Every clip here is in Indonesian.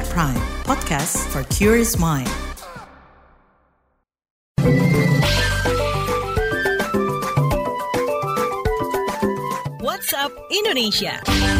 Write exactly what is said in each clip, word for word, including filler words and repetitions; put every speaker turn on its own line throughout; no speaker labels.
At Prime, podcast for curious mind.
WhatsApp Indonesia.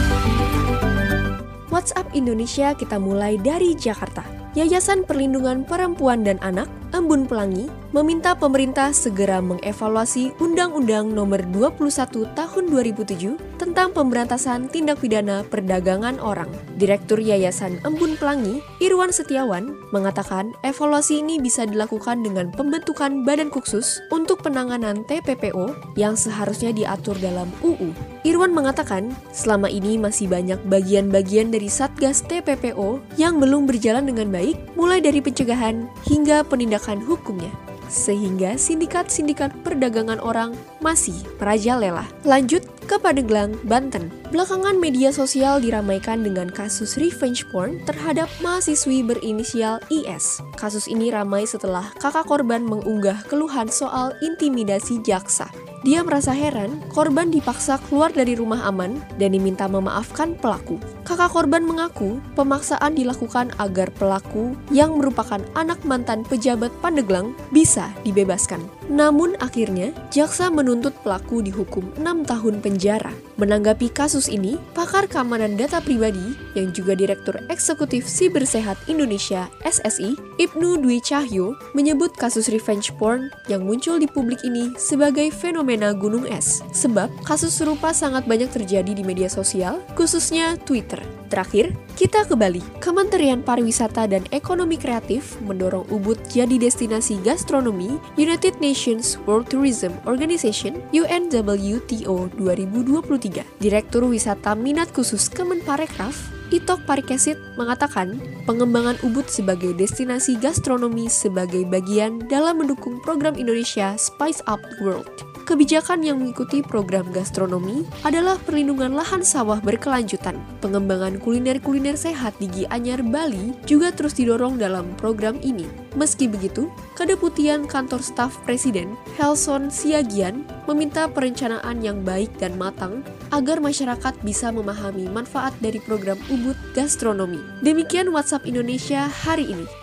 WhatsApp Indonesia kita mulai dari Jakarta. Yayasan Perlindungan Perempuan dan Anak, Embun Pelangi, meminta pemerintah segera mengevaluasi Undang-Undang Nomor dua puluh satu Tahun dua ribu tujuh tentang pemberantasan tindak pidana perdagangan orang. Direktur Yayasan Embun Pelangi, Irwan Setiawan, mengatakan evaluasi ini bisa dilakukan dengan pembentukan badan khusus untuk penanganan T P P O yang seharusnya diatur dalam U U. Irwan mengatakan, selama ini masih banyak bagian-bagian dari Satgas T P P O yang belum berjalan dengan baik, mulai dari pencegahan hingga penindakan hukumnya, sehingga sindikat-sindikat perdagangan orang masih merajalela. Lanjut ke Pandeglang, Banten. Belakangan media sosial diramaikan dengan kasus revenge porn terhadap mahasiswi berinisial I S. Kasus ini ramai setelah kakak korban mengunggah keluhan soal intimidasi jaksa. Dia merasa heran, korban dipaksa keluar dari rumah aman dan diminta memaafkan pelaku. Kakak korban mengaku pemaksaan dilakukan agar pelaku yang merupakan anak mantan pejabat Pandeglang bisa dibebaskan. Namun akhirnya, jaksa menuntut pelaku dihukum enam tahun penjara. Menanggapi kasus ini, pakar keamanan data pribadi yang juga Direktur Eksekutif Sibersehat Indonesia S S I, Ibnu Dwi Cahyo, menyebut kasus revenge porn yang muncul di publik ini sebagai fenomena gunung es, sebab kasus serupa sangat banyak terjadi di media sosial, khususnya Twitter. Terakhir, kita ke Bali. Kementerian Pariwisata dan Ekonomi Kreatif mendorong Ubud jadi destinasi gastronomi United Nations World Tourism Organization U N W T O dua ribu dua puluh tiga. Direktur Wisata Minat Khusus Kemenparekraf, Itok Parikesit, mengatakan pengembangan Ubud sebagai destinasi gastronomi sebagai bagian dalam mendukung program Indonesia Spice Up the World. Kebijakan yang mengikuti program gastronomi adalah perlindungan lahan sawah berkelanjutan. Pengembangan kuliner-kuliner sehat di Gianyar, Bali juga terus didorong dalam program ini. Meski begitu, Kedeputian Kantor Staf Presiden, Helson Siagian, meminta perencanaan yang baik dan matang agar masyarakat bisa memahami manfaat dari program Ubud Gastronomi. Demikian WhatsApp Indonesia hari ini.